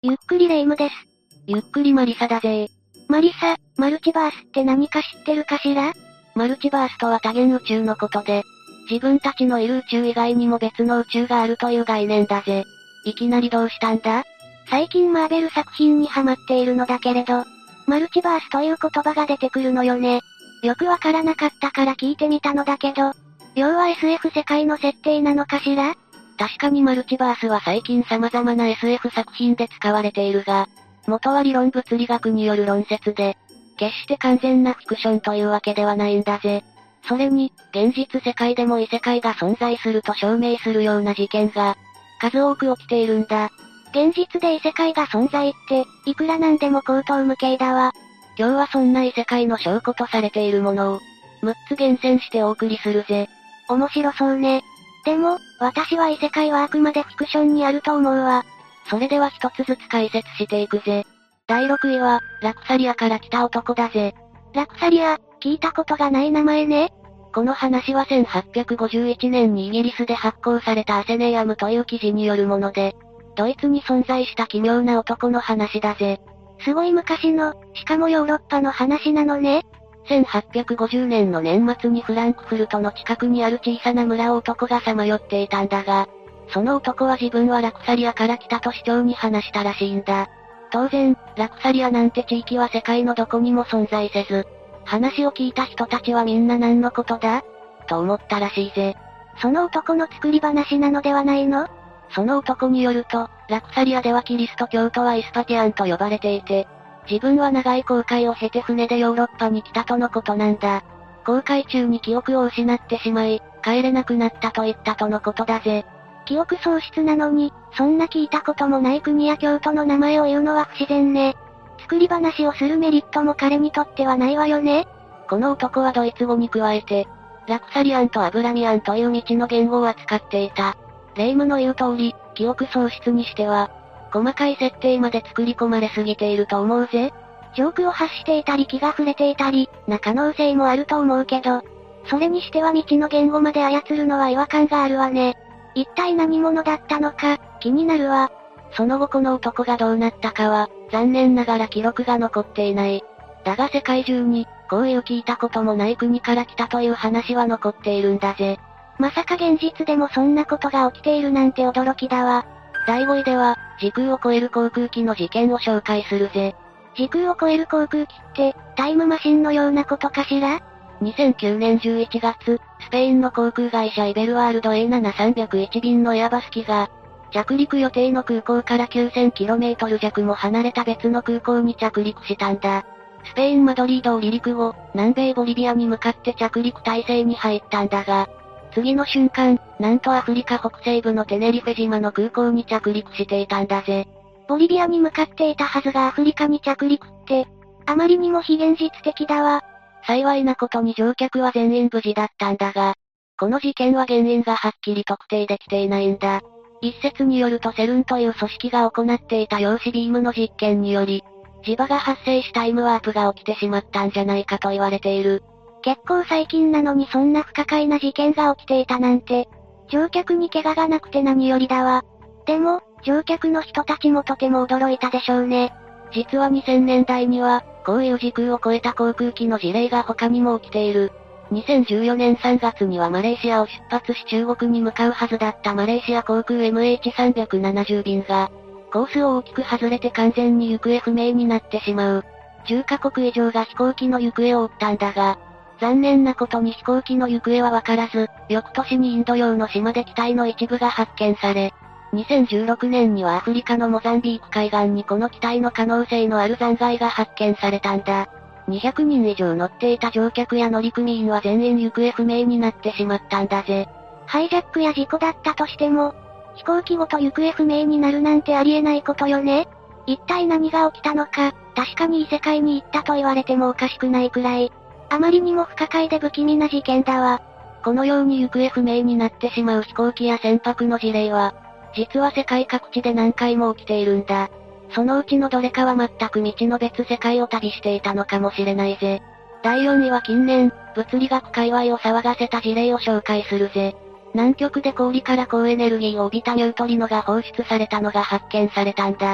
ゆっくりレ夢ムです。 ゆっくりマリサだぜ。 マリサ、マルチバースって何か知ってるかしら？ マルチバースとは多元宇宙のことで、自分たちのいる宇宙以外にも別の宇宙があるという概念だぜ。いきなりどうしたんだ？ 最近マーベル作品にハマっているのだけれど、マルチバースという言葉が出てくるのよね。よくわからなかったから聞いてみたのだけど、要は SF 世界の設定なのかしら？ 確かにマルチバースは最近様々な SF 作品で使われているが、元は理論物理学による論説で、決して完全なフィクションというわけではないんだぜ。それに、現実世界でも異世界が存在すると証明するような事件が、数多く起きているんだ。 現実で異世界が存在って、いくらなんでも口頭無形だわ。 今日はそんな異世界の証拠とされているものを、6つ厳選してお送りするぜ。 面白そうね。でも、私は異世界はあくまでフィクションにあると思うわ。 それでは一つずつ解説していくぜ。第6位は、ラクサリアから来た男だぜ。 ラクサリア、聞いたことがない名前ね。 この話は1851年にイギリスで発行されたアセネイアムという記事によるもので、ドイツに存在した奇妙な男の話だぜ。 すごい昔の、しかもヨーロッパの話なのね。 1850年の年末にフランクフルトの近くにある小さな村を男がさまよっていたんだが、その男は自分はラクサリアから来たと市長に話したらしいんだ。当然、ラクサリアなんて地域は世界のどこにも存在せず、話を聞いた人たちはみんな何のことだと思ったらしいぜ。 その男の作り話なのではないの？ その男によると、ラクサリアではキリスト教徒はイスパティアンと呼ばれていて、自分は長い航海を経て船でヨーロッパに来たとのことなんだ。航海中に記憶を失ってしまい、帰れなくなったと言ったとのことだぜ。 記憶喪失なのに、そんな聞いたこともない国や教徒の名前を言うのは不自然ね。作り話をするメリットも彼にとってはないわよね。 この男はドイツ語に加えて、ラクサリアンとアブラミアンという未知の言語を扱っていた。レイムの言う通り、記憶喪失にしては、細かい設定まで作り込まれすぎていると思うぜ。 ジョークを発していたり気が触れていたり、な可能性もあると思うけど、それにしては未知の言語まで操るのは違和感があるわね。一体何者だったのか、気になるわ。 その後この男がどうなったかは、残念ながら記録が残っていない。だが世界中に、こういう聞いたこともない国から来たという話は残っているんだぜ。 まさか現実でもそんなことが起きているなんて驚きだわ。 第5位では、時空を超える航空機の事件を紹介するぜ。 時空を超える航空機って、タイムマシンのようなことかしら？ 2009年11月、スペインの航空会社イベルワールド A7301 便のエアバス機が、着陸予定の空港から 9000km 弱も離れた別の空港に着陸したんだ。スペイン・マドリードを離陸後、南米ボリビアに向かって着陸態勢に入ったんだが、次の瞬間、なんとアフリカ北西部のテネリフェ島の空港に着陸していたんだぜ。 ボリビアに向かっていたはずがアフリカに着陸って、あまりにも非現実的だわ。 幸いなことに乗客は全員無事だったんだが、この事件は原因がはっきり特定できていないんだ。一説によるとセルンという組織が行っていた陽子ビームの実験により、磁場が発生しタイムワープが起きてしまったんじゃないかと言われている。 結構最近なのにそんな不可解な事件が起きていたなんて、乗客に怪我がなくて何よりだわ。でも、乗客の人たちもとても驚いたでしょうね。 実は2000年代には、こういう時空を超えた航空機の事例が他にも起きている。2014年3月にはマレーシアを出発し中国に向かうはずだったマレーシア航空 MH370 便が、コースを大きく外れて完全に行方不明になってしまう。10カ国以上が飛行機の行方を追ったんだが、残念なことに飛行機の行方はわからず、翌年にインド洋の島で機体の一部が発見され、2016年にはアフリカのモザンビーク海岸にこの機体の可能性のある残骸が発見されたんだ。200人以上乗っていた乗客や乗組員は全員行方不明になってしまったんだぜ。 ハイジャックや事故だったとしても、飛行機ごと行方不明になるなんてありえないことよね。一体何が起きたのか、確かに異世界に行ったと言われてもおかしくないくらい、あまりにも不可解で不気味な事件だわ。 このように行方不明になってしまう飛行機や船舶の事例は、実は世界各地で何回も起きているんだ。そのうちのどれかは全く未知の別世界を旅していたのかもしれないぜ。第4位は近年、物理学界隈を騒がせた事例を紹介するぜ。南極で氷から高エネルギーを帯びたニュートリノが放出されたのが発見されたんだ。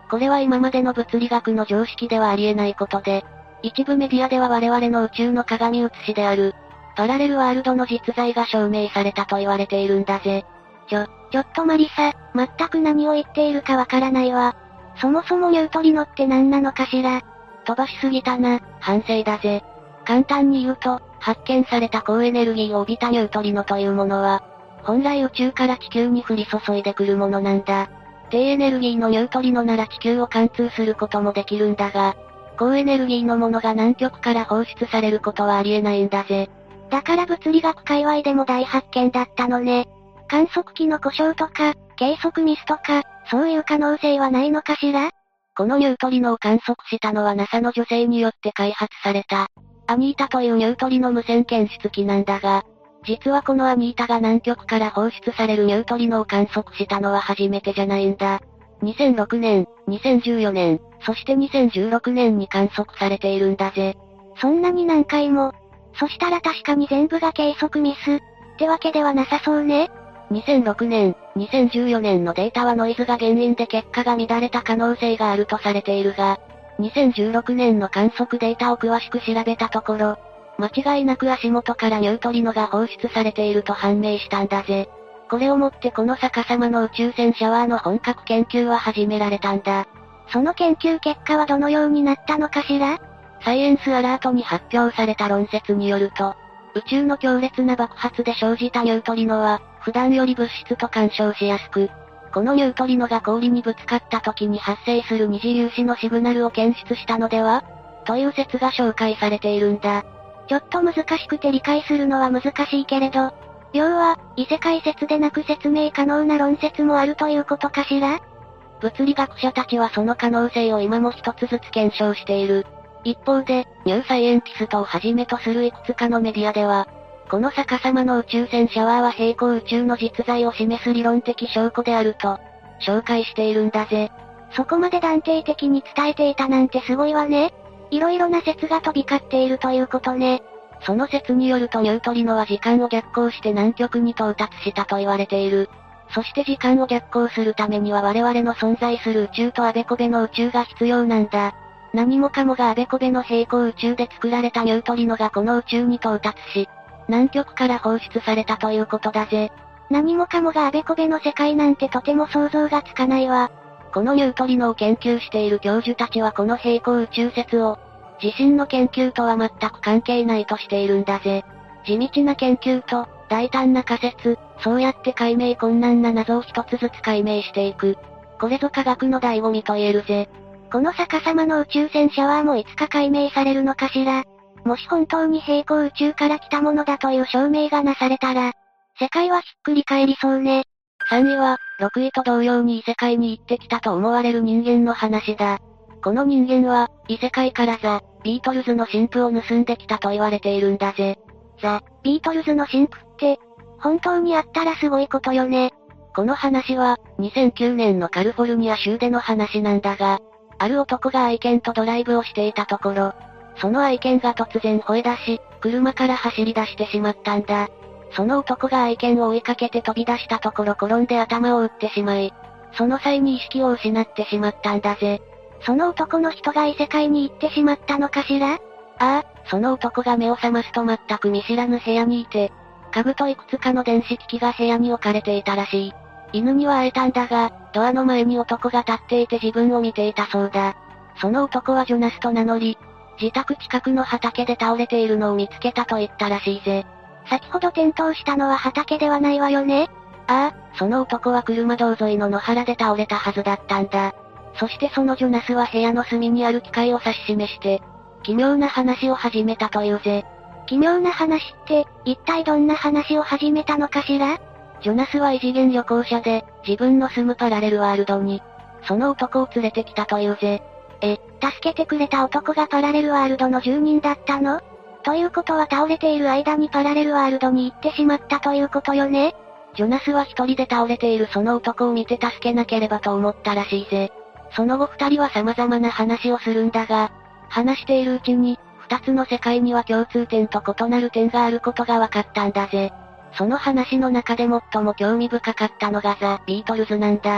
これは今までの物理学の常識ではありえないことで、一部メディアでは我々の宇宙の鏡写しである、パラレルワールドの実在が証明されたと言われているんだぜ。 ちょっとマリサ、全く何を言っているかわからないわ。そもそもニュートリノって何なのかしら？ 飛ばしすぎたな、反省だぜ。簡単に言うと、発見された高エネルギーを帯びたニュートリノというものは、本来宇宙から地球に降り注いでくるものなんだ。低エネルギーのニュートリノなら地球を貫通することもできるんだが、高エネルギーのものが南極から放出されることはありえないんだぜ。 だから物理学界隈でも大発見だったのね。観測機の故障とか、計測ミスとか、そういう可能性はないのかしら？ このニュートリノを観測したのは NASA の女性によって開発された、アニータというニュートリノ無線検出機なんだが、実はこのアニータが南極から放出されるニュートリノを観測したのは初めてじゃないんだ。2006年、2014年、そして2016年に観測されているんだぜ。 そんなに何回も。そしたら確かに全部が計測ミス、ってわけではなさそうね。 2006年、2014年のデータはノイズが原因で結果が乱れた可能性があるとされているが、2016年の観測データを詳しく調べたところ、間違いなく足元からニュートリノが放出されていると判明したんだぜ。これをもってこの逆さまの宇宙船シャワーの本格研究は始められたんだ。 その研究結果はどのようになったのかしら？ サイエンスアラートに発表された論説によると、宇宙の強烈な爆発で生じたニュートリノは、普段より物質と干渉しやすく、このニュートリノが氷にぶつかった時に発生する二次粒子のシグナルを検出したのでは？という説が紹介されているんだ。 ちょっと難しくて理解するのは難しいけれど、要は、異世界説でなく説明可能な論説もあるということかしら？ 物理学者たちはその可能性を今も一つずつ検証している。一方で、ニューサイエンティストをはじめとするいくつかのメディアでは、この逆さまの宇宙船シャワーは平行宇宙の実在を示す理論的証拠であると、紹介しているんだぜ。 そこまで断定的に伝えていたなんてすごいわね。いろいろな説が飛び交っているということね。 その説によるとニュートリノは時間を逆行して南極に到達したと言われている。そして時間を逆行するためには我々の存在する宇宙とあべこべの宇宙が必要なんだ。何もかもがあべこべの平行宇宙で作られたニュートリノがこの宇宙に到達し、南極から放出されたということだぜ。 何もかもがあべこべの世界なんてとても想像がつかないわ。 このニュートリノを研究している教授たちはこの平行宇宙説を、自身の研究とは全く関係ないとしているんだぜ。地道な研究と、大胆な仮説、そうやって解明困難な謎を一つずつ解明していく。これぞ科学の醍醐味と言えるぜ。 この逆さまの宇宙船シャワーもいつか解明されるのかしら？もし本当に平行宇宙から来たものだという証明がなされたら、世界はひっくり返りそうね。 3位は、6位と同様に異世界に行ってきたと思われる人間の話だ。この人間は、異世界からザ・ビートルズの新譜を盗んできたと言われているんだぜ。 ザ・ビートルズの新譜って、本当にあったらすごいことよね。 この話は、2009年のカリフォルニア州での話なんだが、ある男が愛犬とドライブをしていたところ、その愛犬が突然吠え出し、車から走り出してしまったんだ。その男が愛犬を追いかけて飛び出したところ転んで頭を打ってしまい、その際に意識を失ってしまったんだぜ。 その男の人が異世界に行ってしまったのかしら？ ああ、その男が目を覚ますと全く見知らぬ部屋にいて、家具といくつかの電子機器が部屋に置かれていたらしい。犬には会えたんだが、ドアの前に男が立っていて自分を見ていたそうだ。その男はジョナスと名乗り、自宅近くの畑で倒れているのを見つけたと言ったらしいぜ。 先ほど転倒したのは畑ではないわよね？ ああ、その男は車道沿いの野原で倒れたはずだったんだ。そしてそのジョナスは部屋の隅にある機械を指し示して、奇妙な話を始めたというぜ。 奇妙な話って、一体どんな話を始めたのかしら？ ジョナスは異次元旅行者で、自分の住むパラレルワールドに、その男を連れてきたというぜ。 助けてくれた男がパラレルワールドの住人だったの？ということは倒れている間にパラレルワールドに行ってしまったということよね？ ジョナスは一人で倒れているその男を見て助けなければと思ったらしいぜ。その後二人は様々な話をするんだが、話しているうちに、二つの世界には共通点と異なる点があることが分かったんだぜ。その話の中で最も興味深かったのがザ・ビートルズなんだ。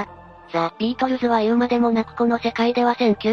ザ・ビートルズは言うまでもなくこの世界では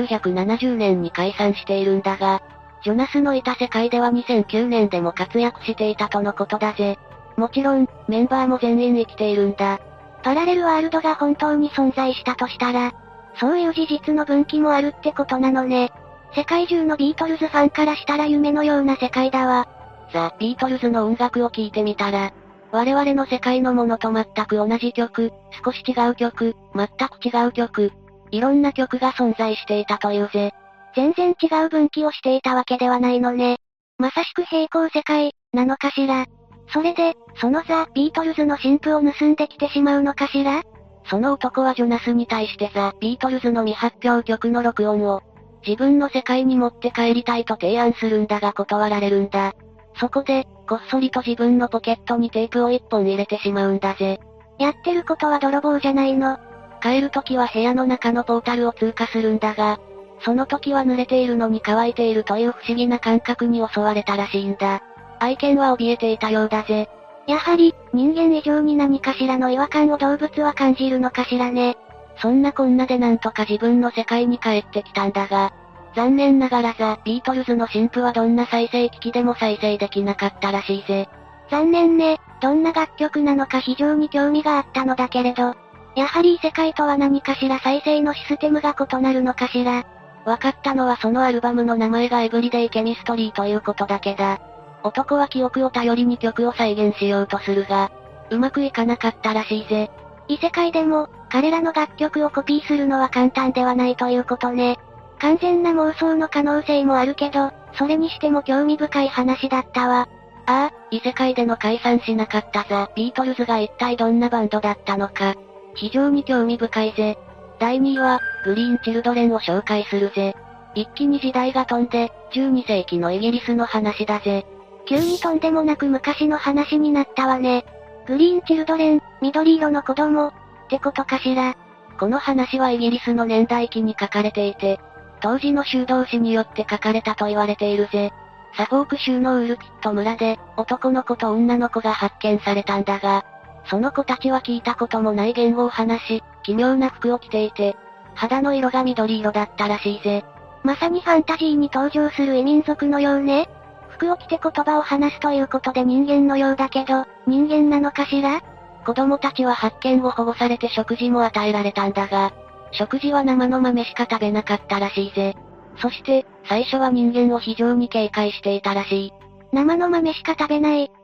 1970年に解散しているんだが、ジョナスのいた世界では2009年でも活躍していたとのことだぜ。もちろん、メンバーも全員生きているんだ。 パラレルワールドが本当に存在したとしたら、そういう事実の分岐もあるってことなのね。世界中のビートルズファンからしたら夢のような世界だわ。 ザ・ビートルズの音楽を聴いてみたら、我々の世界のものと全く同じ曲、少し違う曲、全く違う曲、いろんな曲が存在していたというぜ。 全然違う分岐をしていたわけではないのね。まさしく平行世界、なのかしら。それで、そのザ・ビートルズの新譜を盗んできてしまうのかしら。 その男はジョナスに対してザ・ビートルズの未発表曲の録音を、自分の世界に持って帰りたいと提案するんだが断られるんだ。そこで、こっそりと自分のポケットにテープを一本入れてしまうんだぜ。 やってることは泥棒じゃないの。 帰るときは部屋の中のポータルを通過するんだが、その時は濡れているのに乾いているという不思議な感覚に襲われたらしいんだ。愛犬は怯えていたようだぜ。 やはり、人間以上に何かしらの違和感を動物は感じるのかしらね。 そんなこんなでなんとか自分の世界に帰ってきたんだが、残念ながらザ・ビートルズの新譜はどんな再生機器でも再生できなかったらしいぜ。 残念ね、どんな楽曲なのか非常に興味があったのだけれど、やはり異世界とは何かしら再生のシステムが異なるのかしら。 わかったのはそのアルバムの名前がエブリデイケミストリーということだけだ。男は記憶を頼りに曲を再現しようとするが、うまくいかなかったらしいぜ。 異世界でも、彼らの楽曲をコピーするのは簡単ではないということね。完全な妄想の可能性もあるけど、それにしても興味深い話だったわ。 ああ、異世界での解散しなかったザ・ビートルズが一体どんなバンドだったのか。非常に興味深いぜ。第2位は、グリーン・チルドレンを紹介するぜ。一気に時代が飛んで、12世紀のイギリスの話だぜ。 急にとんでもなく昔の話になったわね。グリーン・チルドレン、緑色の子供、ってことかしら。 この話はイギリスの年代記に書かれていて、当時の修道士によって書かれたと言われているぜ。サフォーク州のウルピット村で、男の子と女の子が発見されたんだが、その子たちは聞いたこともない言語を話し、奇妙な服を着ていて、肌の色が緑色だったらしいぜ。 まさにファンタジーに登場する異民族のようね。服を着て言葉を話すということで人間のようだけど、人間なのかしら？ 子供たちは発見後保護されて食事も与えられたんだが、食事は生の豆しか食べなかったらしいぜ。そして、最初は人間を非常に警戒していたらしい。 生の豆しか食べない。って、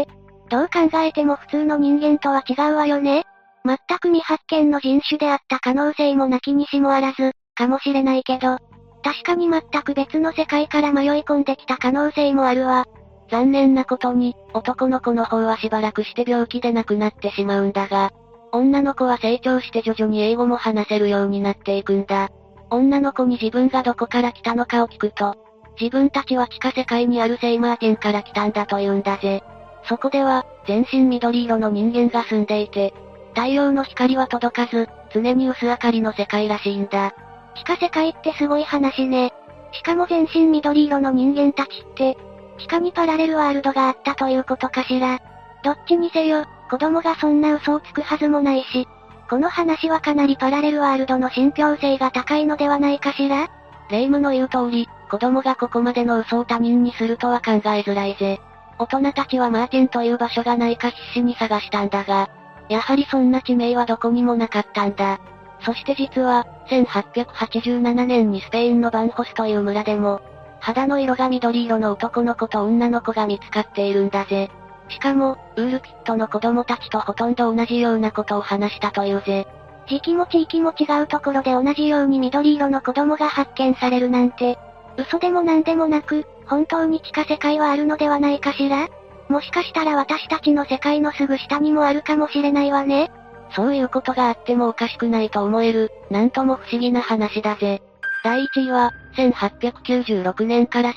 どう考えても普通の人間とは違うわよね。全く未発見の人種であった可能性もなきにしもあらず、かもしれないけど、確かに全く別の世界から迷い込んできた可能性もあるわ。 残念なことに、男の子の方はしばらくして病気で亡くなってしまうんだが、女の子は成長して徐々に英語も話せるようになっていくんだ。女の子に自分がどこから来たのかを聞くと、自分たちは地下世界にあるセイマーティンから来たんだと言うんだぜ。そこでは、全身緑色の人間が住んでいて、太陽の光は届かず、常に薄明かりの世界らしいんだ。 地下世界ってすごい話ね。しかも全身緑色の人間たちって、地下にパラレルワールドがあったということかしら。どっちにせよ、子供がそんな嘘をつくはずもないし、この話はかなりパラレルワールドの信憑性が高いのではないかしら？ 霊夢の言う通り、子供がここまでの嘘を他人にするとは考えづらいぜ。大人たちはマーティンという場所がないか必死に探したんだが、やはりそんな地名はどこにもなかったんだ。そして実は、1887年にスペインのバンホスという村でも、肌の色が緑色の男の子と女の子が見つかっているんだぜ。しかも、ウールピットの子供たちとほとんど同じようなことを話したというぜ。 時期も地域も違うところで同じように緑色の子供が発見されるなんて、嘘でもなんでもなく、本当に地下世界はあるのではないかしら？もしかしたら私たちの世界のすぐ下にもあるかもしれないわね。 そういうことがあってもおかしくないと思える、なんとも不思議な話だぜ。第1位は、1896年から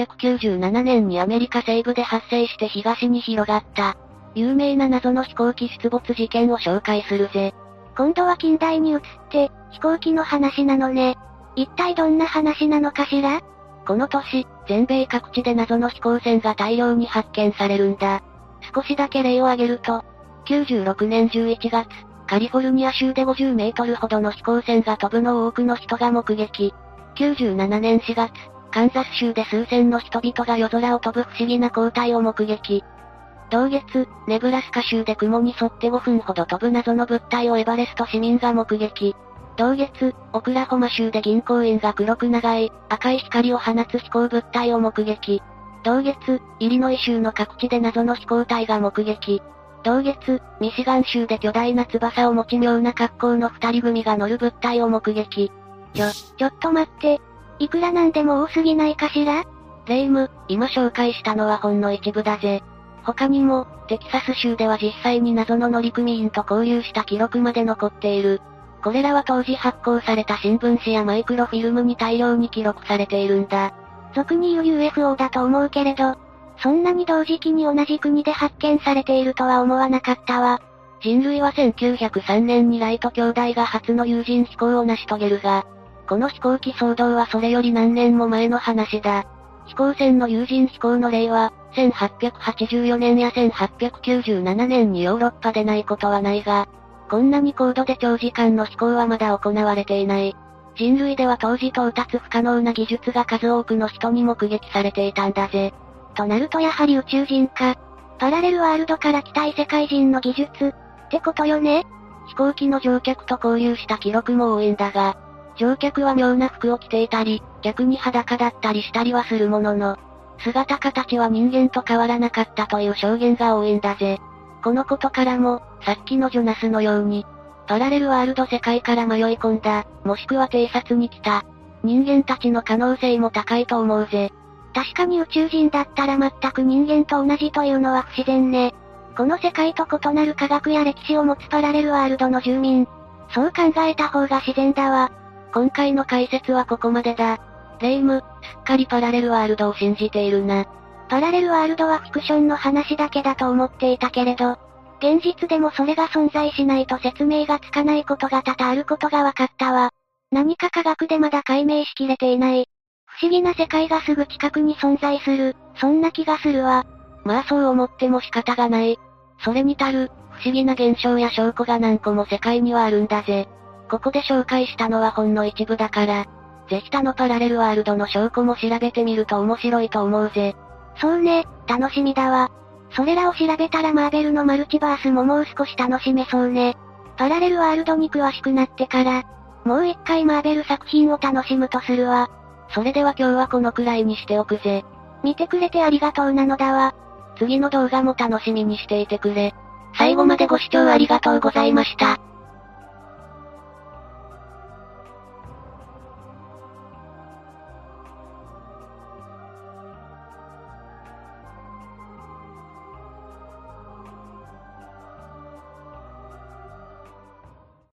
1897年にアメリカ西部で発生して東に広がった、有名な謎の飛行機出没事件を紹介するぜ。 今度は近代に移って、飛行機の話なのね。一体どんな話なのかしら？ この年、全米各地で謎の飛行船が大量に発見されるんだ。少しだけ例を挙げると、96年11月、 カリフォルニア州で50メートルほどの飛行船が飛ぶのを多くの人が目撃。97年4月、カンザス州で数千の人々が夜空を飛ぶ不思議な光体を目撃。同月、ネブラスカ州で雲に沿って5分ほど飛ぶ謎の物体をエバレスト市民が目撃。同月、オクラホマ州で銀行員が黒く長い、赤い光を放つ飛行物体を目撃。同月、イリノイ州の各地で謎の飛行体が目撃。同月、ミシガン州で巨大な翼を持ち妙な格好の二人組が乗る物体を目撃。 ちょっと待って。いくらなんでも多すぎないかしら？ レイム、今紹介したのはほんの一部だぜ。他にも、テキサス州では実際に謎の乗組員と交流した記録まで残っている。これらは当時発行された新聞紙やマイクロフィルムに大量に記録されているんだ。 俗に言う UFO だと思うけれど、そんなに同時期に同じ国で発見されているとは思わなかったわ。 人類は1903年にライト兄弟が初の有人飛行を成し遂げるが、この飛行機騒動はそれより何年も前の話だ。飛行船の有人飛行の例は、1884年や1897年にヨーロッパでないことはないが、こんなに高度で長時間の飛行はまだ行われていない。人類では当時到達不可能な技術が数多くの人に目撃されていたんだぜ。 となるとやはり宇宙人か。パラレルワールドから来た異世界人の技術、ってことよね。 飛行機の乗客と交流した記録も多いんだが、乗客は妙な服を着ていたり、逆に裸だったりしたりはするものの、姿形は人間と変わらなかったという証言が多いんだぜ。このことからも、さっきのジョナスのように、パラレルワールド世界から迷い込んだ、もしくは偵察に来た、人間たちの可能性も高いと思うぜ。 確かに宇宙人だったら全く人間と同じというのは不自然ね。この世界と異なる科学や歴史を持つパラレルワールドの住民。そう考えた方が自然だわ。 今回の解説はここまでだ。レイム、すっかりパラレルワールドを信じているな。 パラレルワールドはフィクションの話だけだと思っていたけれど、現実でもそれが存在しないと説明がつかないことが多々あることが分かったわ。何か科学でまだ解明しきれていない。不思議な世界がすぐ近くに存在する、そんな気がするわ。 まあそう思っても仕方がない。それに足る、不思議な現象や証拠が何個も世界にはあるんだぜ。ここで紹介したのはほんの一部だから、ぜひ他のパラレルワールドの証拠も調べてみると面白いと思うぜ。 そうね、楽しみだわ。それらを調べたらマーベルのマルチバースももう少し楽しめそうね。パラレルワールドに詳しくなってから、もう一回マーベル作品を楽しむとするわ。 それでは今日はこのくらいにしておくぜ。 見てくれてありがとうなのだわ。 次の動画も楽しみにしていてくれ。最後までご視聴ありがとうございました。